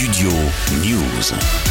Studio News.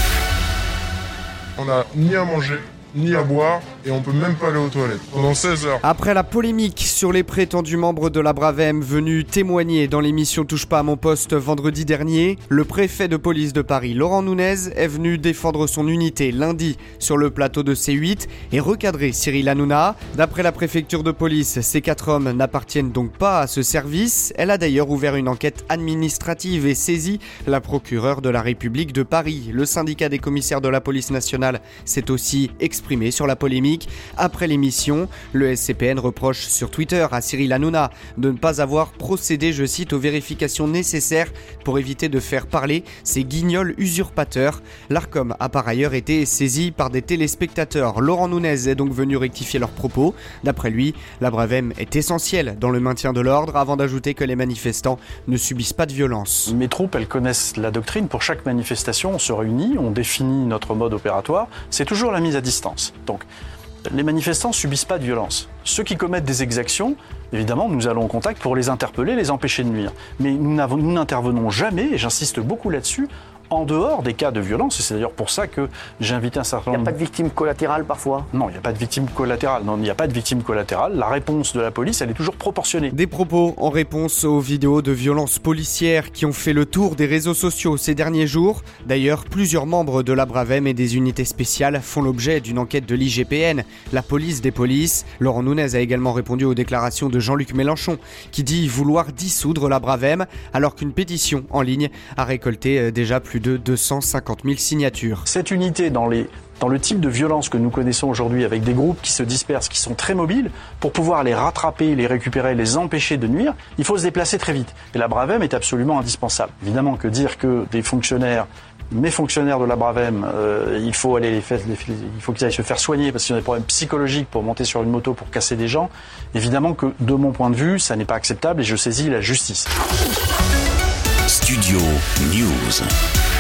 On n'a ni à manger, ni à boire, et on peut même pas aller aux toilettes pendant 16 heures. Après la polémique sur les prétendus membres de la Bravem venus témoigner dans l'émission Touche pas à mon poste vendredi dernier, le préfet de police de Paris, Laurent Nunez, est venu défendre son unité lundi sur le plateau de C8 et recadrer Cyril Hanouna. D'après la préfecture de police, ces 4 hommes n'appartiennent donc pas à ce service. Elle a d'ailleurs ouvert une enquête administrative et saisi la procureure de la République de Paris. Le syndicat des commissaires de la police nationale s'est aussi exprimé sur la polémique. Après l'émission, le SCPN reproche sur Twitter à Cyril Hanouna de ne pas avoir procédé, je cite, aux vérifications nécessaires pour éviter de faire parler ces guignols usurpateurs. L'Arcom a par ailleurs été saisi par des téléspectateurs. Laurent Nunez est donc venu rectifier leurs propos. D'après lui, la Bravem est essentielle dans le maintien de l'ordre, avant d'ajouter que les manifestants ne subissent pas de violence. Mes troupes, elles connaissent la doctrine. Pour chaque manifestation, on se réunit, on définit notre mode opératoire. C'est toujours la mise à distance. Donc, les manifestants ne subissent pas de violence. Ceux qui commettent des exactions, évidemment, nous allons en contact pour les interpeller, les empêcher de nuire. Mais nous n'intervenons jamais, et j'insiste beaucoup là-dessus, en dehors des cas de violence. Et c'est d'ailleurs pour ça que j'ai invité un certain nombre... Il n'y a pas de victime collatérale parfois ? Non, il n'y a pas de victime collatérale. Non, il n'y a pas de victime collatérale. La réponse de la police, elle est toujours proportionnée. Des propos en réponse aux vidéos de violences policières qui ont fait le tour des réseaux sociaux ces derniers jours. D'ailleurs, plusieurs membres de la Bravem et des unités spéciales font l'objet d'une enquête de l'IGPN, la police des polices. Laurent Nunez a également répondu aux déclarations de Jean-Luc Mélenchon, qui dit vouloir dissoudre la Bravem, alors qu'une pétition en ligne a récolté déjà plus de 250 000 signatures. Cette unité dans le type de violence que nous connaissons aujourd'hui, avec des groupes qui se dispersent, qui sont très mobiles, pour pouvoir les rattraper, les récupérer, les empêcher de nuire, il faut se déplacer très vite. Et la Bravem est absolument indispensable. Évidemment que dire que des fonctionnaires, mes fonctionnaires de la Bravem, il faut qu'ils aillent se faire soigner parce qu'ils ont des problèmes psychologiques pour monter sur une moto pour casser des gens, évidemment que de mon point de vue, ça n'est pas acceptable et je saisis la justice. Studio News.